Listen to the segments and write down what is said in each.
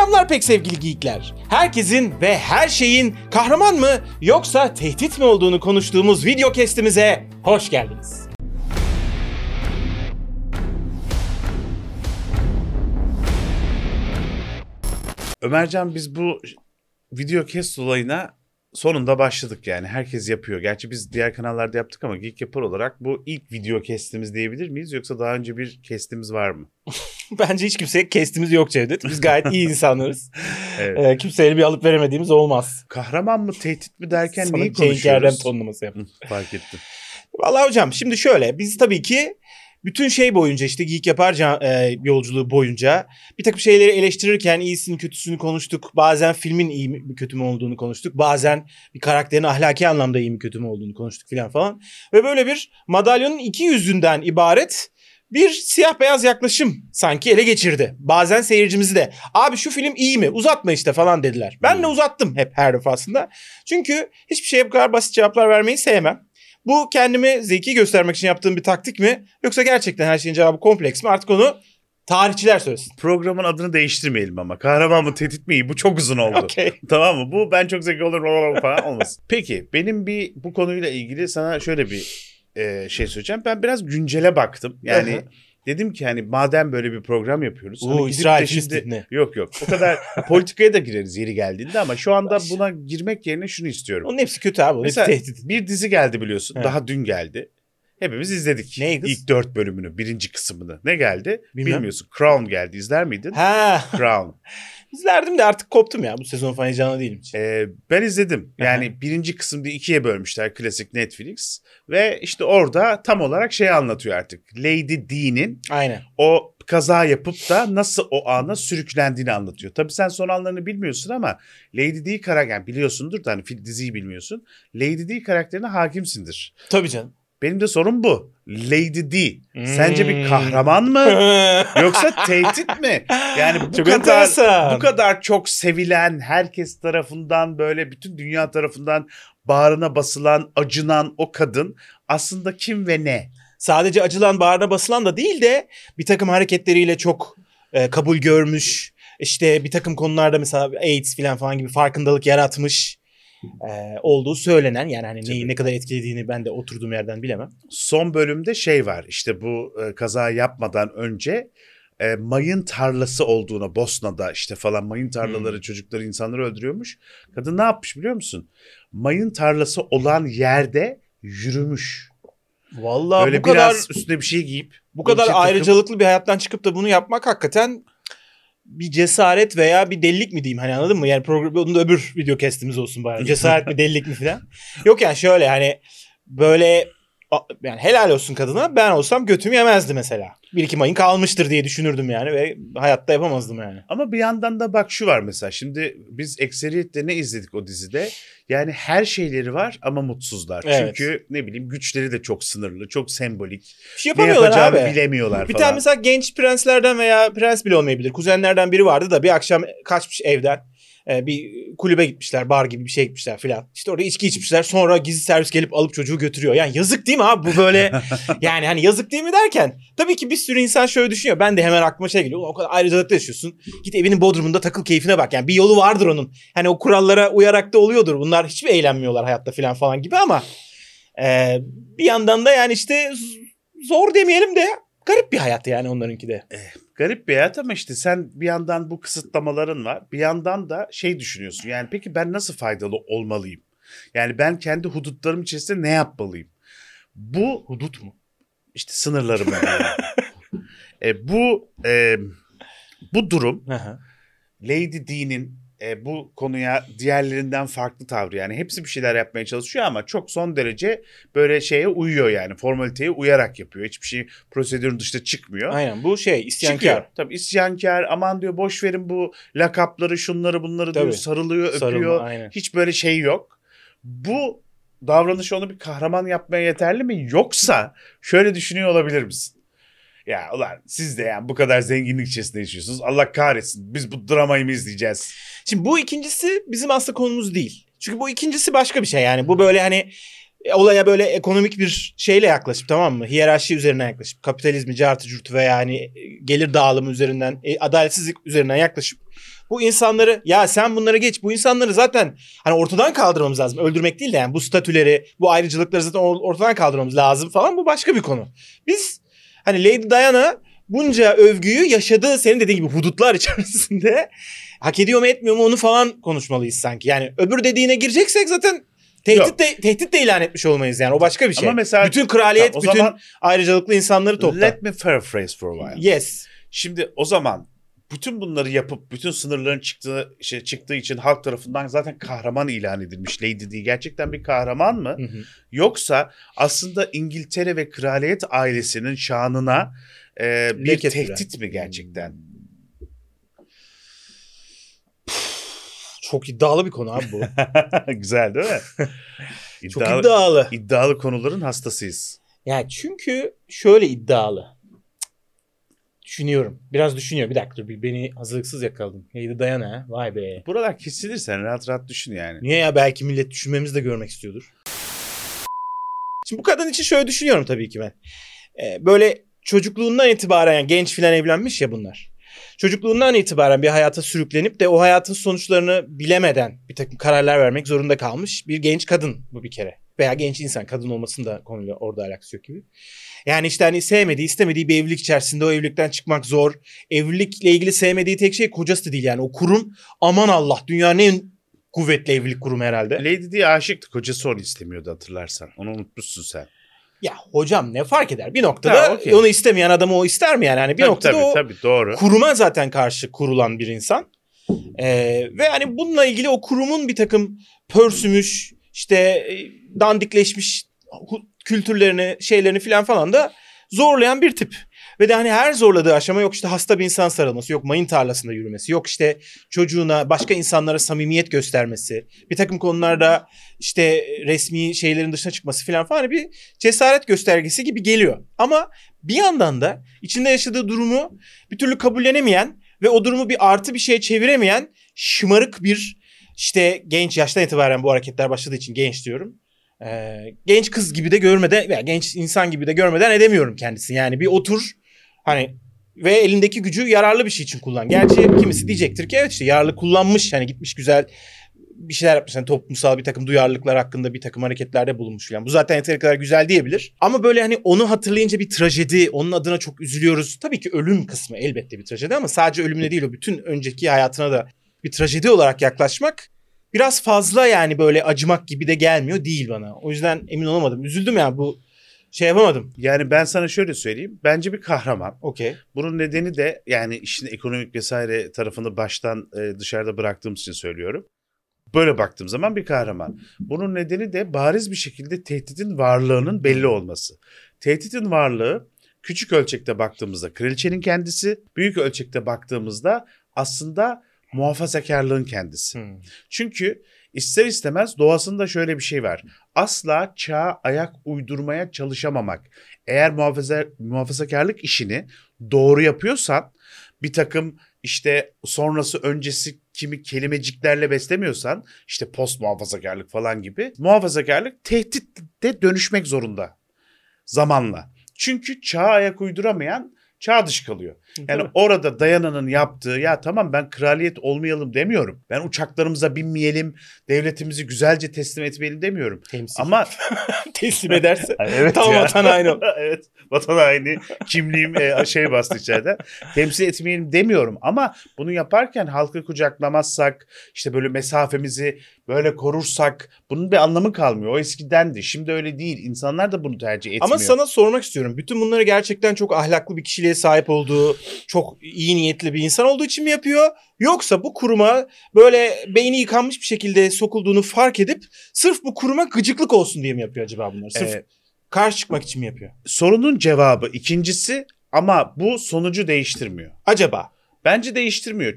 Selamlar pek sevgili geekler. Herkesin ve her şeyin kahraman mı yoksa tehdit mi olduğunu konuştuğumuz video kestimize hoş geldiniz. Ömercan, biz bu video cast olayına sonunda başladık yani. Herkes yapıyor. Gerçi biz diğer kanallarda yaptık ama Geek Yapar olarak bu ilk video cast'imiz diyebilir miyiz? Yoksa daha önce bir cast'imiz var mı? Bence hiç kimseye kestimiz yok Cevdet. Biz gayet iyi insanlarız. Evet. Kimseyle bir alıp veremediğimiz olmaz. Kahraman mı tehdit mi derken Sana neyi Cenk Erdem konuşuyoruz? tonlaması yap. Fark ettim. Vallahi hocam şimdi şöyle, biz tabii ki bütün şey boyunca işte Geek Yapar yolculuğu boyunca bir takım şeyleri eleştirirken iyisini kötüsünü konuştuk. Bazen filmin iyi mi kötü mü olduğunu konuştuk. Bazen bir karakterin ahlaki anlamda iyi mi kötü mü olduğunu konuştuk falan. Ve böyle bir madalyonun iki yüzünden ibaret bir siyah beyaz yaklaşım sanki ele geçirdi. Bazen seyircimizi de abi şu film iyi mi uzatma işte falan dediler. Ben de uzattım hep her defasında. Çünkü hiçbir şeye bu kadar basit cevaplar vermeyi sevmem. Bu kendimi zeki göstermek için yaptığım bir taktik mi? Yoksa gerçekten her şeyin cevabı kompleks mi? Artık onu tarihçiler söylesin. Programın adını değiştirmeyelim ama. Kahraman mı tehdit mi iyi? Bu çok uzun oldu. Okay. Tamam mı? Bu ben çok zeki olur falan olmasın. Peki benim bu konuyla ilgili sana şöyle bir şey söyleyeceğim. Ben biraz güncele baktım. Yani dedim ki hani madem böyle bir program yapıyoruz. Hani İsrail Filistin'e. Yok. O kadar politikaya da gireriz yeri geldiğinde ama şu anda buna girmek yerine şunu istiyorum. Onun hepsi kötü abi. Mesela hepsi tehdit. bir dizi geldi biliyorsun. He. Daha dün geldi. Hepimiz izledik. Neydi? İlk 4 bölümünü, birinci kısmını. Ne geldi? Bilmem. Bilmiyorsun. Crown geldi. İzler miydin? Ha. Crown. İzlerdim de artık koptum ya. Bu sezon falan heyecanlı değilim hiç. Ben izledim. Yani birinci kısımda ikiye bölmüşler. Klasik Netflix. Ve işte orada tam olarak şeyi anlatıyor artık. Lady Di'nin Aynen. o kaza yapıp da nasıl o ana sürüklendiğini anlatıyor. Tabii sen son anlarını bilmiyorsun ama Lady Di karakter biliyorsundur da hani diziyi bilmiyorsun. Lady Di karakterine hakimsindir. Tabii canım. Benim de sorum bu. Lady Di sence bir kahraman mı yoksa tehdit mi? Yani bu kadar çok sevilen, herkes tarafından böyle bütün dünya tarafından bağrına basılan, acınan o kadın aslında kim ve ne? Sadece acılan, bağrına basılan da değil de bir takım hareketleriyle çok kabul görmüş. İşte bir takım konularda mesela AIDS falan gibi farkındalık yaratmış olduğu söylenen, yani hani neyi ne kadar etkilediğini ben de oturduğum yerden bilemem. Son bölümde şey var, işte bu kaza yapmadan önce mayın tarlası olduğuna, Bosna'da işte falan mayın tarlaları çocukları, insanları öldürüyormuş. Kadın ne yapmış biliyor musun? Mayın tarlası olan yerde yürümüş. Vallahi böyle bu kadar biraz üstüne bir şey giyip bu kadar ayrıcalıklı bir hayattan çıkıp da bunu yapmak hakikaten bir cesaret veya bir delilik mi diyeyim, hani anladın mı? Yani onun da öbür video kestimiz olsun bari. Cesaret mi delilik mi falan. Yok yani şöyle hani böyle yani helal olsun kadına, ben olsam götüm yemezdi mesela. Bir iki mayın kalmıştır diye düşünürdüm yani ve hayatta yapamazdım yani. Ama bir yandan da bak şu var mesela, şimdi biz ekseriyetle ne izledik o dizide? Yani her şeyleri var ama mutsuzlar. Evet. Çünkü ne bileyim güçleri de çok sınırlı, çok sembolik. Bir şey yapamıyorlar, ne yapacağını bilemiyorlar bir falan. Tane mesela genç prenslerden veya prens bile olmayabilir. Kuzenlerden biri vardı da bir akşam kaçmış evden. Bir kulübe gitmişler, bar gibi bir şey gitmişler filan. İşte orada içki içmişler, sonra gizli servis gelip alıp çocuğu götürüyor. Yani yazık değil mi abi bu böyle? Yani hani yazık değil mi derken tabii ki bir sürü insan şöyle düşünüyor. Ben de hemen aklıma şey geliyor. O kadar ayrıcalıklı yaşıyorsun. Git evinin bodrumunda takıl, keyfine bak. Yani bir yolu vardır onun. Hani o kurallara uyarak da oluyordur. Bunlar hiçbir eğlenmiyorlar hayatta falan gibi ama bir yandan da yani işte zor demeyelim de garip bir hayat yani onlarınki de. Garip bir hayat ama işte sen bir yandan bu kısıtlamaların var. Bir yandan da şey düşünüyorsun. Yani peki ben nasıl faydalı olmalıyım? Yani ben kendi hudutlarım içerisinde ne yapmalıyım? Bu hudut mu? İşte sınırlarım. Bu durum Lady Di'nin bu konuya diğerlerinden farklı tavrı. Yani hepsi bir şeyler yapmaya çalışıyor ama çok son derece böyle şeye uyuyor yani. Formaliteye uyarak yapıyor. Hiçbir şey prosedürün dışında çıkmıyor. Aynen, bu isyankar. Çıkıyor. Tabii isyankar, aman diyor boş verin bu lakapları, şunları bunları diyor, sarılıyor, öpüyor. Hiç böyle şey yok. Bu davranış onu bir kahraman yapmaya yeterli mi? Yoksa şöyle düşünüyor olabilir misin? Ya ulan siz de yani bu kadar zenginlik içerisinde yaşıyorsunuz. Allah kahretsin. Biz bu dramayı mı izleyeceğiz? Şimdi bu ikincisi bizim aslında konumuz değil. Çünkü bu ikincisi başka bir şey yani. Bu böyle hani olaya böyle ekonomik bir şeyle yaklaşıp, tamam mı? Hiyerarşi üzerinden yaklaşıp, kapitalizmi, cartı curtu veya hani gelir dağılımı üzerinden, adaletsizlik üzerinden yaklaşıp Bu insanları ya sen bunları geç. Bu insanları zaten hani ortadan kaldırmamız lazım. Öldürmek değil de yani bu statüleri, bu ayrıcalıkları zaten ortadan kaldırmamız lazım falan. Bu başka bir konu. Biz hani Lady Diana bunca övgüyü yaşadığı senin dediğin gibi hudutlar içerisinde hak ediyor mu etmiyor mu onu falan konuşmalıyız sanki. Yani öbür dediğine gireceksek zaten tehdit de ilan etmiş olmayız yani. O başka bir şey. Ama mesela bütün kraliyet, bütün ayrıcalıklı insanları topla. Let me paraphrase for a while. Yes. Şimdi o zaman bütün bunları yapıp bütün sınırların çıktığı için halk tarafından zaten kahraman ilan edilmiş Lady Di. Gerçekten bir kahraman mı? Hı hı. Yoksa aslında İngiltere ve kraliyet ailesinin şanına bir tehdit mi gerçekten? Çok iddialı bir konu abi bu. Güzel değil mi? Çok iddialı. İddialı konuların hastasıyız. Ya çünkü şöyle iddialı. Düşünüyorum. Biraz düşünüyor. Bir dakika dur. Beni hazırlıksız yakaladın. Lady Diana. Vay be. Buralar kesilir, sen rahat rahat düşün yani. Niye ya? Belki millet düşünmemizi de görmek istiyordur. Şimdi bu kadın için şöyle düşünüyorum tabii ki ben. Böyle çocukluğundan itibaren yani genç filan evlenmiş ya bunlar. Çocukluğundan itibaren bir hayata sürüklenip de o hayatın sonuçlarını bilemeden bir takım kararlar vermek zorunda kalmış bir genç kadın bu bir kere. Veya genç insan, kadın olmasının da konuyla orada alakası yok gibi. Yani işte hani sevmediği, istemediği bir evlilik içerisinde o evlilikten çıkmak zor. Evlilikle ilgili sevmediği tek şey kocası da değil yani. O kurum aman Allah dünyanın en kuvvetli evlilik kurumu herhalde. Lady Di aşıktı, kocası onu istemiyordu hatırlarsan. Onu unutmuşsun sen. Ya hocam ne fark eder? Bir noktada okay. Onu istemeyen adamı o ister mi yani? Hani bir noktada tabii, doğru. Kuruma zaten karşı kurulan bir insan. Ve hani bununla ilgili o kurumun bir takım pörsümüş, işte dandikleşmiş kültürlerini, şeylerini falan da zorlayan bir tip. Ve de hani her zorladığı aşama yok işte hasta bir insan sarılması, yok mayın tarlasında yürümesi, yok işte çocuğuna, başka insanlara samimiyet göstermesi, bir takım konularda işte resmi şeylerin dışına çıkması falan hani bir cesaret göstergesi gibi geliyor. Ama bir yandan da içinde yaşadığı durumu bir türlü kabullenemeyen ve o durumu bir artı bir şeye çeviremeyen şımarık bir işte genç yaştan itibaren bu hareketler başladığı için genç diyorum. Genç kız gibi de görmeden veya genç insan gibi de görmeden edemiyorum kendisini. Yani bir otur hani ve elindeki gücü yararlı bir şey için kullan. Gerçi kimisi diyecektir ki evet işte yararlı kullanmış. Hani gitmiş güzel bir şeyler yapmış. Yani toplumsal bir takım duyarlılıklar hakkında bir takım hareketlerde bulunmuş falan. Bu zaten yeteri kadar güzel diyebilir. Ama böyle hani onu hatırlayınca bir trajedi, onun adına çok üzülüyoruz. Tabii ki ölüm kısmı elbette bir trajedi ama sadece ölümle değil o bütün önceki hayatına da bir trajedi olarak yaklaşmak biraz fazla yani böyle acımak gibi de gelmiyor değil bana. O yüzden emin olamadım. Üzüldüm ya bu şey yapamadım. Yani ben sana şöyle söyleyeyim. Bence bir kahraman. Okey. Bunun nedeni de yani işin ekonomik vesaire tarafını baştan dışarıda bıraktığım için söylüyorum. Böyle baktığım zaman bir kahraman. Bunun nedeni de bariz bir şekilde tehditin varlığının belli olması. Tehditin varlığı küçük ölçekte baktığımızda kraliçenin kendisi, büyük ölçekte baktığımızda aslında muhafazakarlığın kendisi. Çünkü ister istemez doğasında şöyle bir şey var. Asla çağa ayak uydurmaya çalışamamak. Eğer muhafazakarlık işini doğru yapıyorsan, bir takım işte sonrası öncesi kimi kelimeciklerle beslemiyorsan, işte post muhafazakarlık falan gibi, muhafazakarlık tehditte dönüşmek zorunda zamanla. Çünkü çağa ayak uyduramayan çağ dışı kalıyor. Yani orada Diana'nın yaptığı ya tamam ben kraliyet olmayalım demiyorum. Ben uçaklarımıza binmeyelim, devletimizi güzelce teslim etmeyelim demiyorum. Temsil. Ama teslim ederse evet tam vatan haini. Evet, vatan haini kimliğim bastı içeride. Temsil etmeyelim demiyorum ama bunu yaparken halkı kucaklamazsak, işte böyle mesafemizi böyle korursak bunun bir anlamı kalmıyor. O eskidendi. Şimdi öyle değil. İnsanlar da bunu tercih etmiyor. Ama sana sormak istiyorum. Bütün bunları gerçekten çok ahlaklı bir kişiliğe sahip olduğu, çok iyi niyetli bir insan olduğu için mi yapıyor? Yoksa bu kuruma böyle beyni yıkanmış bir şekilde sokulduğunu fark edip sırf bu kuruma gıcıklık olsun diye mi yapıyor acaba bunları? Sırf karşı çıkmak için mi yapıyor? Sorunun cevabı ikincisi ama bu sonucu değiştirmiyor. Acaba? Bence değiştirmiyor.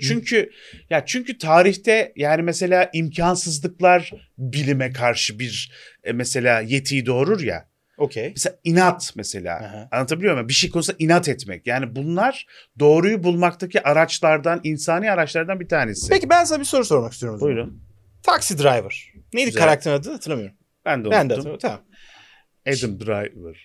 Çünkü tarihte yani mesela imkansızlıklar bilime karşı bir mesela yetiyi doğurur ya. Okay. Mesela inat mesela. Aha. Anlatabiliyor muyum? Bir şey konusunda inat etmek. Yani bunlar doğruyu bulmaktaki araçlardan, insani araçlardan bir tanesi. Peki ben sana bir soru sormak istiyorum. Buyurun. Taxi Driver. Neydi güzel. Karakterin adı? Hatırlamıyorum. Ben de unuttum. Tamam. Adam Driver.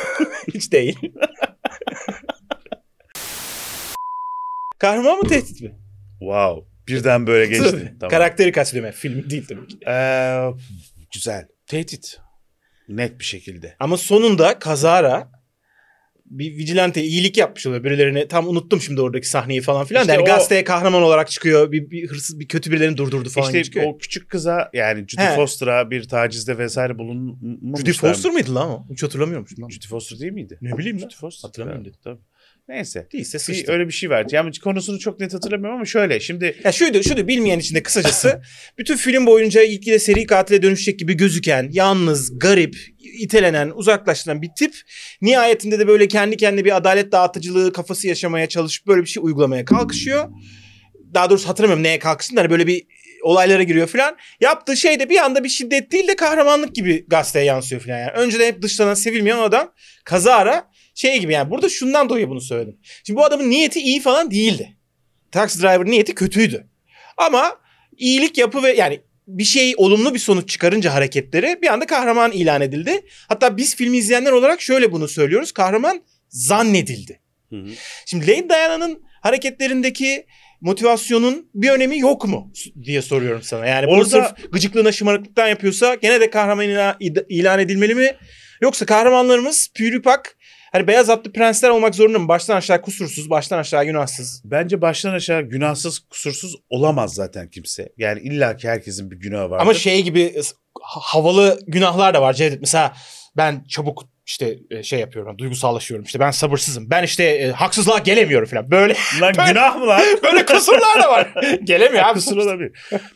Hiç değil. Kahraman mı tehdit mi? Wow. Birden böyle geçti. Tamam. Karakteri kastediyorum. Filmi değil tabii ki. Güzel. Tehdit. Net bir şekilde. Ama sonunda kazara bir vigilante iyilik yapmış oluyor birilerine. Tam unuttum şimdi oradaki sahneyi falan filan. İşte yani gazeteye kahraman olarak çıkıyor. Bir hırsız, bir kötü birilerini durdurdu falan İşte çıkıyor. o küçük kıza yani Judy Foster'a bir tacizde vesaire bulunmamışlar. Judy Foster mıydı lan o? Hiç hatırlamıyormuşum lan. Judy Foster değil miydi? Ne bileyim lan. Judy Foster. Hatırlamıyorum. Tabii. Neyse. Değilse sıçtı. Öyle bir şey var. Yani konusunu çok net hatırlamıyorum ama şöyle şimdi. Ya şuydu bilmeyen için de kısacası bütün film boyunca ilgili seri katile dönüşecek gibi gözüken, yalnız, garip, itelenen, uzaklaştıran bir tip nihayetinde de böyle kendi kendine bir adalet dağıtıcılığı kafası yaşamaya çalışıp böyle bir şey uygulamaya kalkışıyor. Daha doğrusu hatırlamıyorum neye kalkıştığını, hani böyle bir olaylara giriyor falan. Yaptığı şey de bir anda bir şiddet değil de kahramanlık gibi gazeteye yansıyor falan yani. Önceden hep dışlanan, sevilmeyen adam kazara şey gibi yani. Burada şundan dolayı bunu söyledim. Şimdi bu adamın niyeti iyi falan değildi. Taxi driver niyeti kötüydü. Ama iyilik yapı ve yani bir şey olumlu bir sonuç çıkarınca hareketleri bir anda kahraman ilan edildi. Hatta biz filmi izleyenler olarak şöyle bunu söylüyoruz. Kahraman zannedildi. Hı. Şimdi Lady Diana'nın hareketlerindeki motivasyonun bir önemi yok mu diye soruyorum sana. Yani bunu sırf gıcıklığına, şımarıklıktan yapıyorsa gene de kahraman ilan edilmeli mi? Yoksa kahramanlarımız pürüpak, hani beyaz atlı prensler olmak zorunda mı? Baştan aşağı kusursuz, baştan aşağı günahsız. Bence baştan aşağı günahsız, kusursuz olamaz zaten kimse. Yani illaki herkesin bir günahı vardır. Ama şey gibi havalı günahlar da var Cevdet. Mesela ben çabuk işte şey yapıyorum, duygusallaşıyorum. İşte ben sabırsızım. Ben işte haksızlığa gelemiyorum falan. Böyle lan günah mı lan? Böyle kusurlar da var. Gelemiyor abi. Kusur olabilir.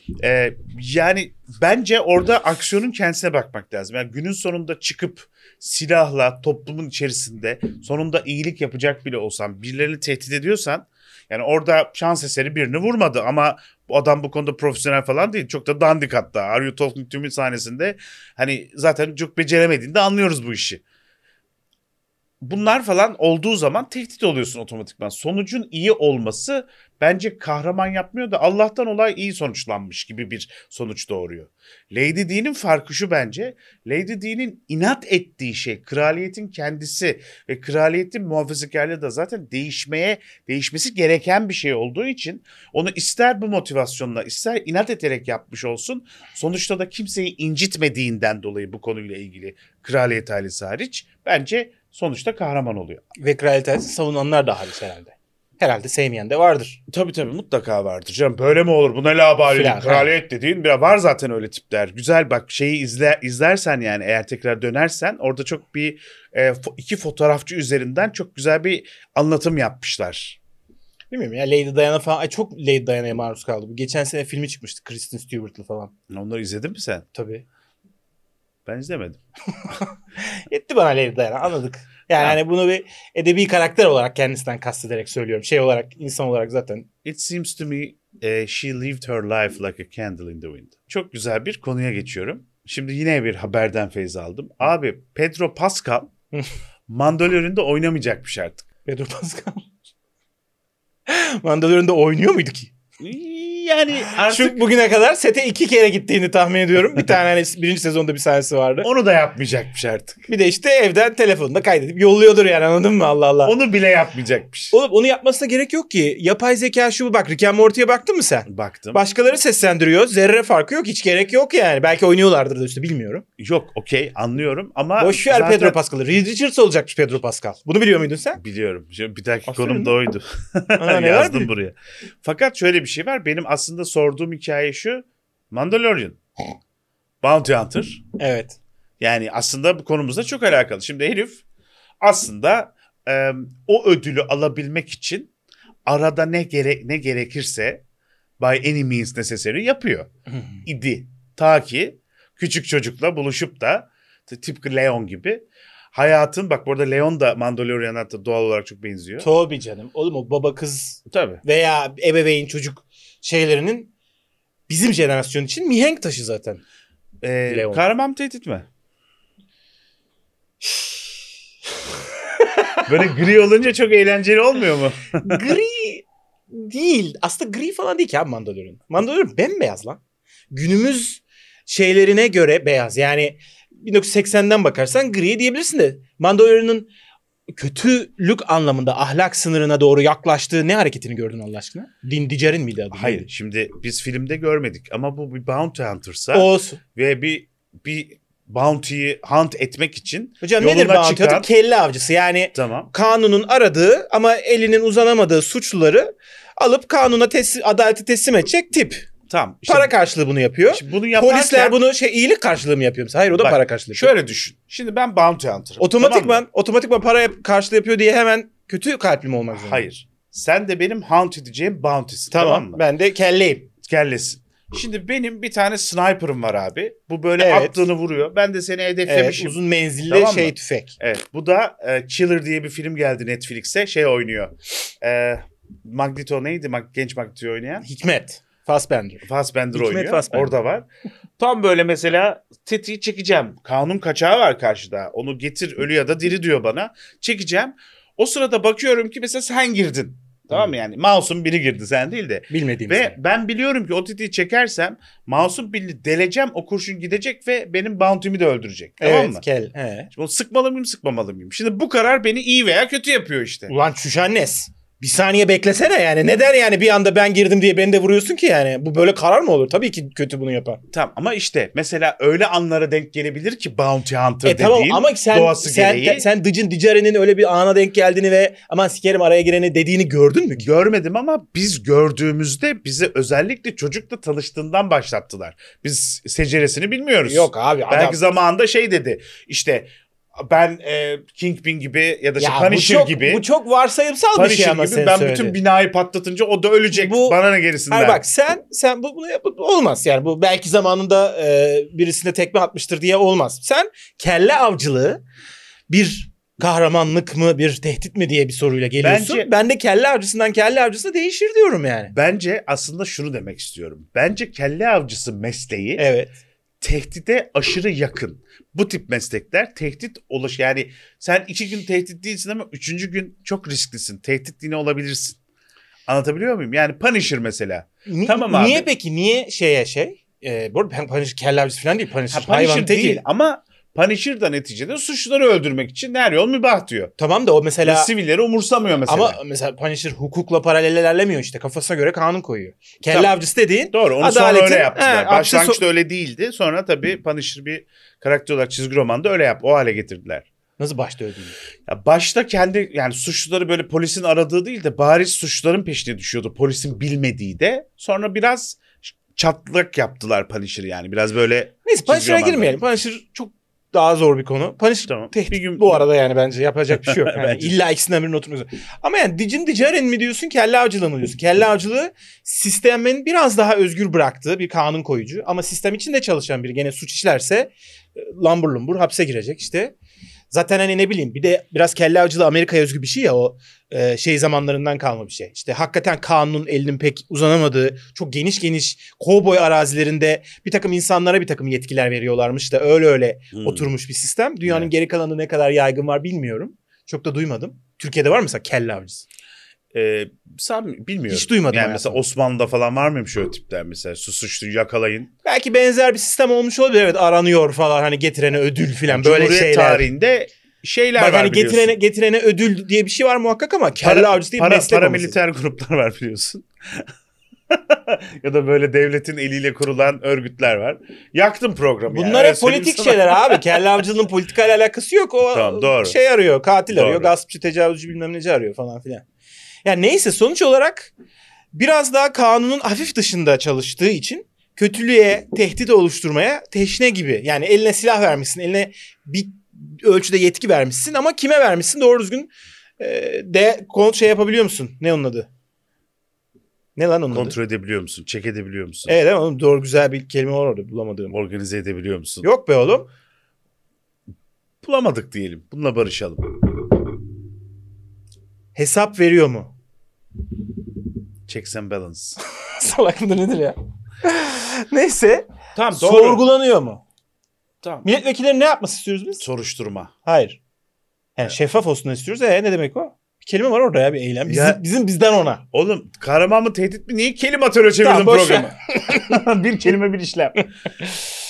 Yani bence orada aksiyonun kendisine bakmak lazım. Yani günün sonunda çıkıp silahla toplumun içerisinde sonunda iyilik yapacak bile olsan, birilerini tehdit ediyorsan, yani orada şans eseri birini vurmadı ama bu adam bu konuda profesyonel falan değil. Çok da dandik hatta. Are You Talking To Me sahnesinde hani zaten çok beceremediğini de anlıyoruz bu işi. Bunlar falan olduğu zaman tehdit oluyorsun otomatikman. Sonucun iyi olması bence kahraman yapmıyor da Allah'tan olay iyi sonuçlanmış gibi bir sonuç doğuruyor. Lady Di'nin farkı şu bence. Lady Di'nin inat ettiği şey kraliyetin kendisi ve kraliyetin muhafazakarlığı da zaten değişmesi gereken bir şey olduğu için onu ister bu motivasyonla ister inat ederek yapmış olsun, sonuçta da kimseyi incitmediğinden dolayı bu konuyla ilgili kraliyet ailesi hariç bence sonuçta kahraman oluyor. Ve kraliyet ailesi savunanlar da hariç herhalde. Herhalde sevmeyen de vardır. Tabii mutlaka vardır. Canım böyle mi olur? Bu ne labali? Kraliyet dediğin bir var zaten öyle tipler. Güzel bak şeyi izlersen yani eğer tekrar dönersen orada çok bir iki fotoğrafçı üzerinden çok güzel bir anlatım yapmışlar. Bilmiyorum ya Lady Diana falan. Çok Lady Diana'ya maruz kaldı. Bu geçen sene filmi çıkmıştı Kristen Stewart'lı falan. Onları izledin mi sen? Tabii. Ben izlemedim. Yetti bana Lady Diana, anladık. Yani hani bunu bir edebi karakter olarak kendisinden kastederek söylüyorum. Şey olarak, insan olarak zaten. It seems to me she lived her life like a candle in the wind. Çok güzel bir konuya geçiyorum. Şimdi yine bir haberden feyz aldım. Abi Pedro Pascal Mandalorian'da oynamayacakmış artık. Pedro Pascal Mandalorian'da oynuyor muydu ki? Yani artık... Şu bugüne kadar sete 2 kere gittiğini tahmin ediyorum. Bir tane hani birinci sezonda bir sahnesi vardı. Onu da yapmayacakmış artık. Bir de işte evden telefonda kaydedip yolluyordur yani, anladın mı? Allah Allah. Onu bile yapmayacakmış. Oğlum onu yapmasına gerek yok ki. Yapay zeka şu bu, bak Rick and Morty'ye baktın mı sen? Baktım. Başkaları seslendiriyor. Zerre farkı yok. Hiç gerek yok yani. Belki oynuyorlardır da işte, bilmiyorum. Yok okey anlıyorum ama... Boş ver zaten... Pedro Pascal'ı. Reed Richards olacakmış Pedro Pascal. Bunu biliyor muydun sen? Biliyorum. Şimdi bir dahaki konum da oydu. Aa, yazdım buraya. Fakat şöyle bir şey var. Benim aslında sorduğum hikaye şu. Mandalorian. Bounty Hunter. Evet. Yani aslında bu konumuzla çok alakalı. Şimdi herif aslında o ödülü alabilmek için arada ne gerekirse by any means necessary yapıyor. idi. Ta ki küçük çocukla buluşup da tıpkı Leon gibi hayatın, bak bu arada Leon da Mandalorian'a da doğal olarak çok benziyor. Tabii canım. Oğlum o baba kız tabii veya ebeveyn çocuk şeylerinin bizim jenerasyon için mihenk taşı zaten. Kahraman tehdit mi? Böyle gri olunca çok eğlenceli olmuyor mu? Gri değil. Aslında gri falan değil ki abi Mandalorian. Mandalorian bembeyaz lan. Günümüz şeylerine göre beyaz. Yani 1980'den bakarsan gri diyebilirsin de Mandalorian'ın kötülük anlamında ahlak sınırına doğru yaklaştığı ne hareketini gördün Allah aşkına? Din Dicer'in miydi adı? Hayır. Şimdi biz filmde görmedik ama bu bir bounty hunter'sa olsun. Ve bir bounty'yi hunt etmek için hocam nedir bounty hunter? Kelle avcısı. Yani tamam. Kanunun aradığı ama elinin uzanamadığı suçluları alıp kanuna adaleti teslim edecek tip. Tamam. İşte, para karşılığı bunu yapıyor. Bunu yaparken, polisler bunu iyilik karşılığı mı yapıyor mesela? Hayır, o da para karşılığı. Şöyle düşün. Şimdi ben bounty hunter'ım. Otomatikman para karşılığı yapıyor diye hemen kötü kalpli mi olmak zorunda? Hayır. Sen de benim hunt edeceğim bounty'sin. Tamam mı? Ben de kelleyim. Kellesin. Şimdi benim bir tane sniper'ım var abi. Bu böyle attığını vuruyor. Ben de seni hedeflemişim. Evet, uzun menzilli tüfek. Evet. Bu da Killer diye bir film geldi Netflix'e. Oynuyor. Magneto neydi? Genç Magneto oynayan. Hikmet Fassbender oynuyor. Orada var. Tam böyle mesela tetiği çekeceğim. Kanun kaçağı var karşıda. Onu getir ölü ya da diri diyor bana. Çekeceğim. O sırada bakıyorum ki mesela sen girdin. Tamam mı yani? Mouse'un biri girdi, sen değil de. Bilmediğim ve ben biliyorum ki o tetiği çekersem mouse'un birini deleceğim, o kurşun gidecek ve benim bounty'mi de öldürecek. Tamam mı? Şimdi onu sıkmalı mıyım, sıkmamalı mıyım? Şimdi bu karar beni iyi veya kötü yapıyor işte. Ulan çüşannes. Bir saniye beklesene yani. Neden yani bir anda ben girdim diye beni de vuruyorsun ki yani? Bu böyle karar mı olur? Tabii ki kötü bunu yapar. Tamam ama işte mesela öyle anlara denk gelebilir ki Bounty Hunter dediğin tamam, ama doğası gereği. Sen Dicer'in öyle bir ana denk geldiğini ve aman sikerim araya gireni dediğini gördün mü? Görmedim ama biz gördüğümüzde bizi özellikle çocukla tanıştığından başlattılar. Biz seceresini bilmiyoruz. Yok abi. Belki zamanında dedi işte... Ben Kingpin gibi ya da Punisher gibi. Bu çok varsayımsal Punisher bir şey ama sen ben bütün binayı patlatınca o da ölecek. Bana ne gerisinden. Hayır bak sen bunu olmaz yani. Bu belki zamanında birisine tekme atmıştır diye olmaz. Sen kelle avcılığı bir kahramanlık mı bir tehdit mi diye bir soruyla geliyorsun. Ben de kelle avcısından kelle avcısına değişir diyorum yani. Bence aslında şunu demek istiyorum. Bence kelle avcısı mesleği tehdide aşırı yakın. Bu tip meslekler tehdit yani sen 2 gün tehdit değilsin ama 3. gün çok risklisin. Tehdit yine olabilirsin. Anlatabiliyor muyum? Yani Punisher mesela. Tamam abi. Niye peki? Niye bu arada Punisher kelle avcısı falan değil. Punisher hayvan değil. Ama Punisher da neticede suçluları öldürmek için her yol mübah diyor. Tamam da o mesela... Sivilleri umursamıyor mesela. Ama mesela Punisher hukukla paralel ilerlemiyor işte. Kafasına göre kanun koyuyor. Kelle avcısı dediğin... Doğru, onu sonra öyle yaptılar. Başlangıçta öyle değildi. Sonra tabii Punisher bir karakter olarak çizgi romanda öyle o hale getirdiler. Nasıl başta öyle değil? Ya başta kendi yani suçluları böyle polisin aradığı değil de bariz suçluların peşine düşüyordu. Polisin bilmediği de. Sonra biraz çatlak yaptılar Punisher'ı yani. Biraz böyle... Neyse Punisher'a girmeyelim. Punisher çok daha zor bir konu. Punisher tehdit bu arada yani bence yapacak bir şey yok. Yani illa ikisinden birinin oturması. Ama yani Dicer'in mi diyorsun, kelle avcılığı mı diyorsun? Kelle avcılığı sistemin biraz daha özgür bıraktığı bir kanun koyucu. Ama sistem içinde çalışan biri gene suç işlerse lambur hapse girecek işte. Zaten hani ne bileyim bir de biraz kelle avcılığı Amerika'ya özgü bir şey ya o zamanlarından kalma bir şey. İşte hakikaten kanunun elinin pek uzanamadığı çok geniş kovboy arazilerinde bir takım insanlara bir takım yetkiler veriyorlarmış da öyle oturmuş bir sistem. Dünyanın geri kalanında ne kadar yaygın var bilmiyorum. Çok da duymadım. Türkiye'de var mı mesela kelle avcısı? Bilmiyorum. Hiç duymadım. Yani mesela Osmanlı'da falan var mıymış şöyle tipler mesela suçlu yakalayın. Belki benzer bir sistem olmuş olabilir. Evet aranıyor falan hani getirene ödül falan böyle Cumhuriyet şeyler. tarihinde şeyler var hani biliyorsun. Getirene ödül diye bir şey var muhakkak ama kelle avcısı değil meslek paramiliter gruplar var biliyorsun. Ya da böyle devletin eliyle kurulan örgütler var. Yaktım programı. Bunlar hep politik şeyler abi. Kelle avcılığının politikayla alakası yok. O tamam, doğru. Arıyor, katil arıyor, gaspçı, tecavüzcü bilmem neci arıyor falan filan. Yani neyse sonuç olarak biraz daha kanunun hafif dışında çalıştığı için kötülüğe, tehdit oluşturmaya teşne gibi. Yani eline silah vermişsin, eline bir ölçüde yetki vermişsin ama kime vermişsin doğru düzgün yapabiliyor musun? Ne onun adı? Ne lan onun adı? Kontrol edebiliyor musun? Çek edebiliyor musun? Evet oğlum doğru güzel bir kelime var orada bulamadığım. Organize edebiliyor musun? Yok be oğlum. Bulamadık diyelim. Bununla barışalım. Hesap veriyor mu? Checks and balance. Salak mıdır nedir ya? Neyse. Tamam doğru. Sorgulanıyor mu? Tamam. Milletvekilleri ne yapması istiyoruz biz? Soruşturma. Hayır. Yani şeffaf olsun istiyoruz. Ne demek o? Bir kelime var orada ya bir eylem. Bizden ona. Oğlum kahraman mı tehdit mi? Niye kelimatöre çevirdin programı? Bir kelime bir işlem.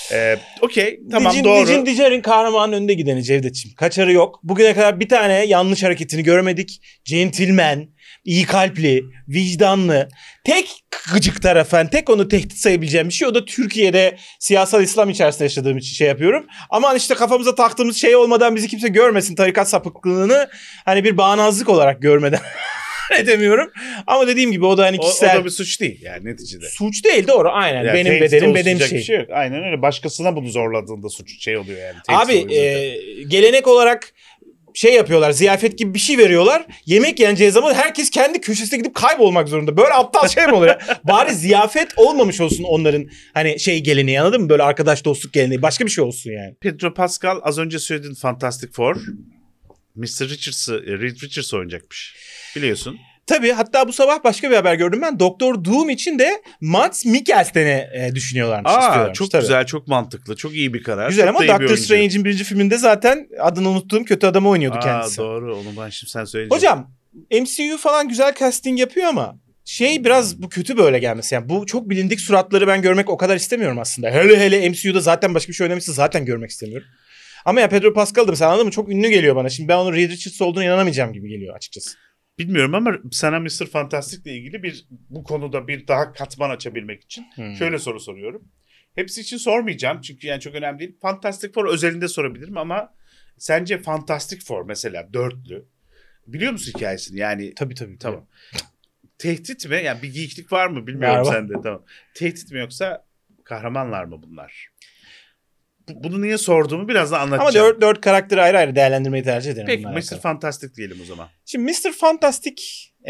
Okey tamam doğru. Dicin Dicer'in kahramanın önünde gideni Cevdet'ciğim. Kaçarı yok. Bugüne kadar bir tane yanlış hareketini görmedik. Centilmen, iyi kalpli, vicdanlı. Tek gıcık tarafın, tek onu tehdit sayabileceğim bir şey. O da Türkiye'de siyasal İslam içerisinde yaşadığım için şey yapıyorum. Aman işte kafamıza taktığımız şey olmadan bizi kimse görmesin tarikat sapıklığını. Hani bir bağnazlık olarak görmeden edemiyorum. Ama dediğim gibi o da hani kişisel. O da bir suç değil yani neticede. Suç değil doğru aynen. Yani benim bedenim benim şey. Yok. Aynen öyle. Başkasına bunu zorladığında suç şey oluyor yani. Abi gelenek olarak şey yapıyorlar, ziyafet gibi bir şey veriyorlar. Yemek yeneceği zaman herkes kendi köşesine gidip kaybolmak zorunda. Böyle aptal şey mi olur ya? Bari ziyafet olmamış olsun onların hani şey geleneği, anladın mı? Böyle arkadaş dostluk geleneği. Başka bir şey olsun yani. Pedro Pascal az önce söylediğin Fantastic Four. Mr. Reed Richards oynayacakmış. Biliyorsun. Tabii hatta bu sabah başka bir haber gördüm ben. Doktor Doom için de Mads Mikkelsen'i düşünüyorlarmış. Çok tabii. Güzel, çok mantıklı, çok iyi bir karar. Güzel çok ama Doctor Strange'in birinci filminde zaten adını unuttuğum kötü adamı oynuyordu kendisi. Doğru, onu ben şimdi sen söyleyeceğim. Hocam MCU falan güzel casting yapıyor ama şey biraz bu kötü böyle gelmesi. Yani bu çok bilindik suratları ben görmek o kadar istemiyorum aslında. Hele MCU'da zaten başka bir şey oynamışsa zaten görmek istemiyorum. Ama ya Pedro Pascal'dı mesela, anladın mı? Çok ünlü geliyor bana. Şimdi ben onun Reed Richards olduğunu inanamayacağım gibi geliyor açıkçası. Bilmiyorum ama sana Mr. Fantastic'le ilgili bu konuda bir daha katman açabilmek için şöyle soru soruyorum. Hepsi için sormayacağım çünkü yani çok önemli değil. Fantastic Four özelinde sorabilirim ama sence Fantastic Four mesela dörtlü biliyor musun hikayesini? Yani Tabii. Tamam. Tehdit mi? Yani bir geeklik var mı bilmiyorum sende. Tamam. Tehdit mi yoksa kahramanlar mı bunlar? Bunu niye sorduğumu birazdan anlatacağım. Ama dört karakteri ayrı ayrı değerlendirmeyi tercih ederim. Peki Mr. Fantastic diyelim o zaman. Şimdi Mr. Fantastic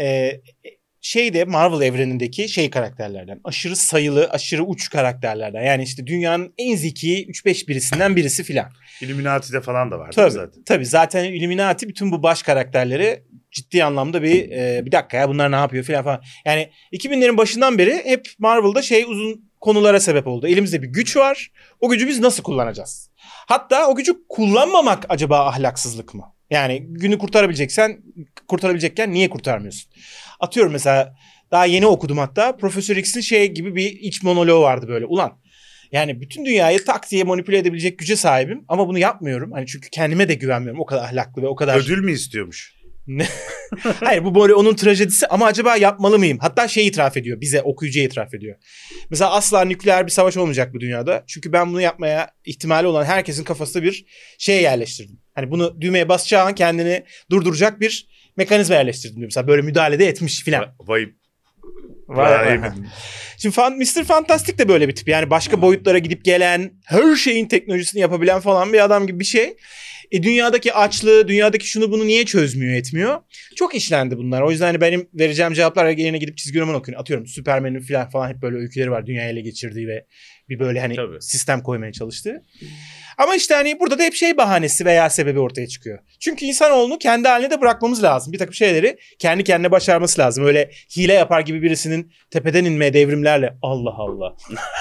şeyde Marvel evrenindeki şey karakterlerden. Aşırı sayılı, aşırı uç karakterlerden. Yani işte dünyanın en zeki 3-5 birisinden birisi filan. Illuminati'de falan da var zaten. Tabii zaten Illuminati bütün bu baş karakterleri ciddi anlamda bir dakika ya bunlar ne yapıyor filan falan. Yani 2000'lerin başından beri hep Marvel'da uzun konulara sebep oldu. Elimizde bir güç var. O gücü biz nasıl kullanacağız? Hatta o gücü kullanmamak acaba ahlaksızlık mı? Yani günü kurtarabilecekken niye kurtarmıyorsun? Atıyorum mesela daha yeni okudum hatta. Profesör X'in gibi bir iç monoloğu vardı böyle. Ulan yani bütün dünyayı tak diye manipüle edebilecek güce sahibim ama bunu yapmıyorum. Hani çünkü kendime de güvenmiyorum. O kadar ahlaklı ve o kadar... Ödül mü istiyormuş? Hayır bu böyle onun trajedisi ama acaba yapmalı mıyım? Hatta itiraf ediyor bize, okuyucuya itiraf ediyor. Mesela asla nükleer bir savaş olmayacak bu dünyada. Çünkü ben bunu yapmaya ihtimali olan herkesin kafasına bir yerleştirdim. Hani bunu düğmeye basacağı an kendini durduracak bir mekanizma yerleştirdim diyor. Mesela böyle müdahalede etmiş filan. Vay. Şimdi Mr. Fantastic de böyle bir tip. Yani başka boyutlara gidip gelen, her şeyin teknolojisini yapabilen falan bir adam gibi bir şey. Dünyadaki açlığı, dünyadaki şunu bunu niye çözmüyor, etmiyor? Çok işlendi bunlar. O yüzden hani benim vereceğim cevaplar yerine gidip çizgi roman okuyun. Atıyorum Superman'in falan hep böyle öyküleri var. Dünyayı ele geçirdiği ve bir böyle hani sistem koymaya çalıştığı. Ama işte hani burada da hep bahanesi veya sebebi ortaya çıkıyor. Çünkü insanoğlunu kendi haline de bırakmamız lazım. Bir takım şeyleri kendi kendine başarması lazım. Öyle hile yapar gibi birisinin tepeden inmeye devrimlerle. Allah Allah.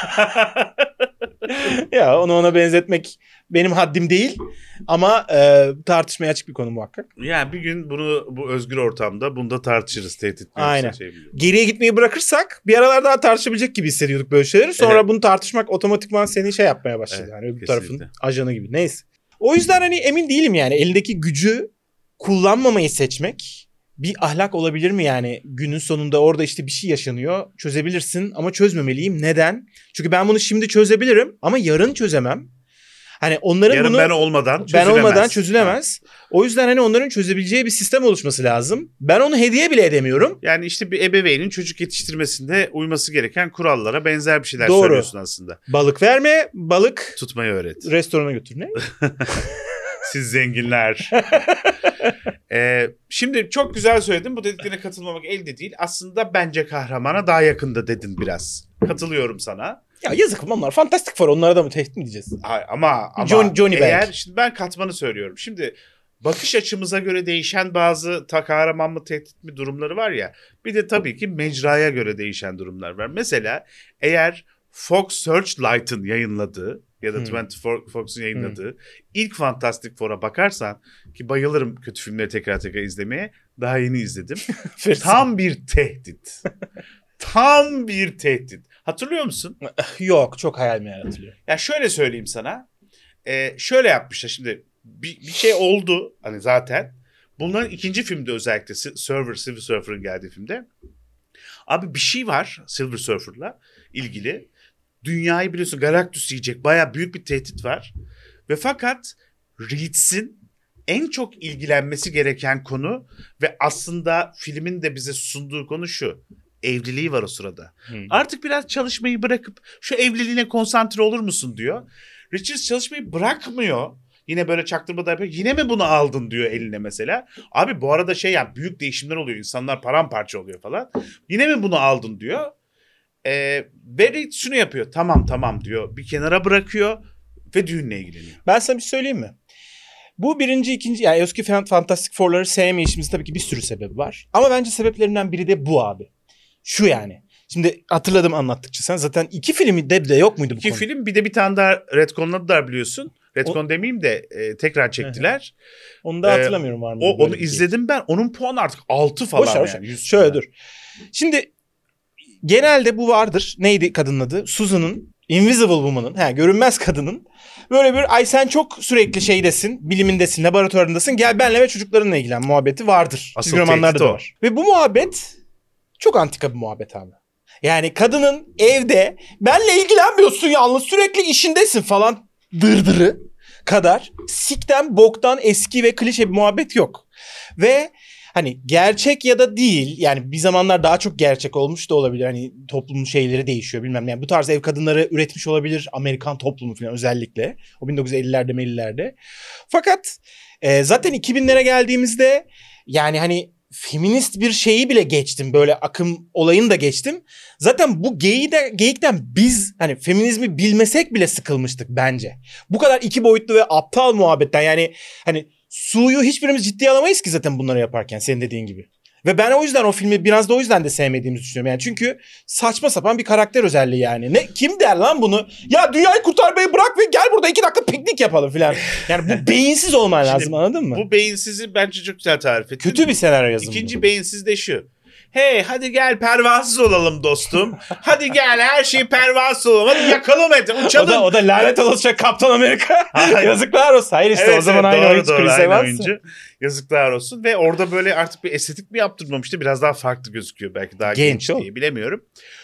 Ya onu ona benzetmek benim haddim değil. Ama tartışmaya açık bir konu muhakkak. Yani bir gün bu özgür ortamda bunda tartışırız. Tehdit. Aynen. Geriye gitmeyi bırakırsak bir aralar daha tartışabilecek gibi hissediyorduk böyle şeyleri. Sonra bunu tartışmak otomatikman seni yapmaya başladı. Yani öbür tarafın ajanı gibi. Neyse. O yüzden hani emin değilim yani. Elindeki gücü kullanmamayı seçmek bir ahlak olabilir mi yani? Günün sonunda orada işte bir şey yaşanıyor. Çözebilirsin ama çözmemeliyim. Neden? Çünkü ben bunu şimdi çözebilirim ama yarın çözemem. Hani onların yarın bunu ben olmadan çözülemez. O yüzden hani onların çözebileceği bir sistem oluşması lazım. Ben onu hediye bile edemiyorum. Yani işte bir ebeveynin çocuk yetiştirmesinde uyması gereken kurallara benzer bir şeyler söylüyorsun aslında. Balık verme, balık tutmayı öğret. Restorana götür. Ne? Siz zenginler. Şimdi çok güzel söyledin. Bu dediklerine katılmamak elde değil. Aslında bence kahramana daha yakında dedin biraz. Katılıyorum sana. Ya yazık onlar. Fantastic Four. Onlara da mı tehdit mi diyeceğiz? Hayır, ama Johnny eğer şimdi ben katmanı söylüyorum. Şimdi bakış açımıza göre değişen bazı kahraman mı tehdit mi durumları var ya. Bir de tabii ki mecraya göre değişen durumlar var. Mesela eğer Fox Searchlight'ın yayınladığı ya da 24 Fox'un yayınladığı ilk Fantastic Four'a bakarsan ki bayılırım kötü filmleri tekrar izlemeye. Daha yeni izledim. Tam bir tehdit. Tam bir tehdit. Hatırlıyor musun? Yok, çok hayal meyal hatırlıyorum. Ya şöyle söyleyeyim sana. Şöyle yapmışlar şimdi. Bir şey oldu hani zaten. Bunların ikinci filmde özellikle Silver Surfer'ın geldiği filmde. Abi bir şey var Silver Surfer'la ilgili. Dünyayı biliyorsun Galactus yiyecek. Baya büyük bir tehdit var. Ve fakat Reeds'in en çok ilgilenmesi gereken konu ve aslında filmin de bize sunduğu konu şu. Evliliği var o sırada. Artık biraz çalışmayı bırakıp şu evliliğine konsantre olur musun diyor. Richards çalışmayı bırakmıyor. Yine böyle çaktırmadan yapıyor. Yine mi bunu aldın diyor eline mesela. Abi bu arada yani büyük değişimler oluyor. İnsanlar paramparça oluyor falan. Yine mi bunu aldın diyor. Ve Reed şunu yapıyor. Tamam diyor. Bir kenara bırakıyor ve düğünle ilgileniyor. Ben sana bir söyleyeyim mi? Bu birinci, ikinci yani eski Fantastic Four'ları sevmeyişimizin tabii ki bir sürü sebebi var. Ama bence sebeplerinden biri de bu abi. Şu yani. Şimdi hatırladım anlattıkça sen zaten iki filmi de yok muydu bu konu? İki film bir de bir tane daha retconladılar biliyorsun. Retcon demeyeyim de tekrar çektiler. Onu da hatırlamıyorum var mı? Onu izledim ben. Onun puanı artık 6 falan boş. Şöyle dur. Şimdi genelde bu vardır. Neydi kadının adı? Susan'ın, Invisible Woman'ın, görünmez kadının böyle bir ay sen çok sürekli şeydesin, bilimindesin, laboratuvarındasın. Gel benle ve çocuklarınla ilgilen muhabbeti vardır. Asıl çizgi romanlarda da var. Ve bu muhabbet çok antika bir muhabbet abi. Yani kadının evde benle ilgilenmiyorsun yalnız sürekli işindesin falan dırdırı kadar sikten boktan eski ve klişe bir muhabbet yok. Ve hani gerçek ya da değil yani bir zamanlar daha çok gerçek olmuş da olabilir. Hani toplumun şeyleri değişiyor bilmem yani bu tarz ev kadınları üretmiş olabilir Amerikan toplumu falan özellikle. O 1950'lerde 50'lerde. Fakat zaten 2000'lere geldiğimizde yani hani feminist bir şeyi bile geçtim. Böyle akım olayını da geçtim. Zaten bu geyikten biz hani feminizmi bilmesek bile sıkılmıştık bence. Bu kadar iki boyutlu ve aptal muhabbetten yani hani Su'yu hiçbirimiz ciddiye alamayız ki zaten bunları yaparken senin dediğin gibi. Ve ben o yüzden o filmi biraz da o yüzden de sevmediğimizi düşünüyorum. Yani çünkü saçma sapan bir karakter özelliği yani. Kim der lan bunu? Ya dünyayı kurtarmayı bırak ve gel burada 2 dakika piknik yapalım filan. Yani bu beyinsiz olman lazım anladın mı? Bu beyinsizi bence çok güzel tarif ettin. Kötü bir senaryo yazımı. İkinci beyinsiz de şu. Hey hadi gel pervasız olalım dostum. Hadi gel her şeyi pervasız olalım. Hadi yakalım uçalım. O da lanet olacak Kaptan Amerika. Yazıklar olsun. Hayır işte o zaman aynı oyuncu Chris Evans. Yazıklar olsun. Ve orada böyle artık bir estetik mi yaptırmamıştı? Biraz daha farklı gözüküyor belki daha genç diye bilemiyorum.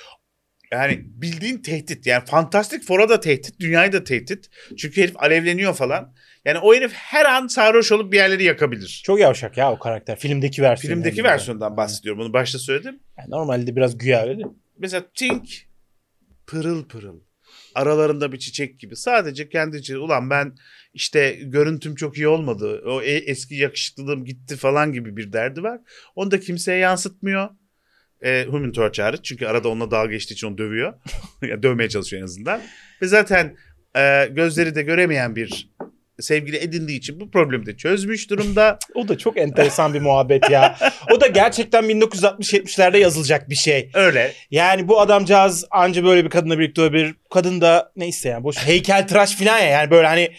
Yani bildiğin tehdit. Yani Fantastic Four'a da tehdit. Dünyayı da tehdit. Çünkü herif alevleniyor falan. Yani o herif her an sarhoş olup bir yerleri yakabilir. Çok yavşak ya o karakter. Filmdeki versiyonu. Filmdeki versiyondan bahsediyorum. Bunu başta söyledim. Yani normalde biraz güya öyle. Mesela Tink pırıl pırıl. Aralarında bir çiçek gibi. Sadece kendi için. Ulan ben işte görüntüm çok iyi olmadı. O eski yakışıklılığım gitti falan gibi bir derdi var. Onu da kimseye yansıtmıyor. Human Torch hariç. Çünkü arada onunla dalga geçtiği için onu dövüyor. Yani dövmeye çalışıyor en azından. Ve zaten gözleri de göremeyen bir sevgili edindiği için bu problemi de çözmüş durumda. O da çok enteresan bir muhabbet ya. O da gerçekten 1960-70'lerde yazılacak bir şey. Öyle. Yani bu adamcağız anca böyle bir kadınla birlikte olabilir. Kadın da neyse yani boş heykeltıraş falan ya. Yani böyle hani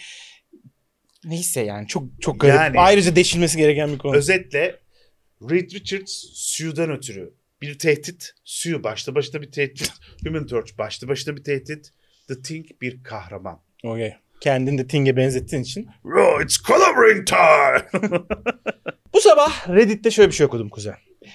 neyse yani çok garip. Yani, ayrıca deşilmesi gereken bir konu. Özetle Reed Richards Sue'dan ötürü bir tehdit. Sue başta başına bir tehdit. Human Torch başta başına bir tehdit. The Thing bir kahraman. Okay. Kendini de Thing'e benzettiğin için. Oh, it's coloring time. Bu sabah Reddit'te şöyle bir şey okudum kuzen.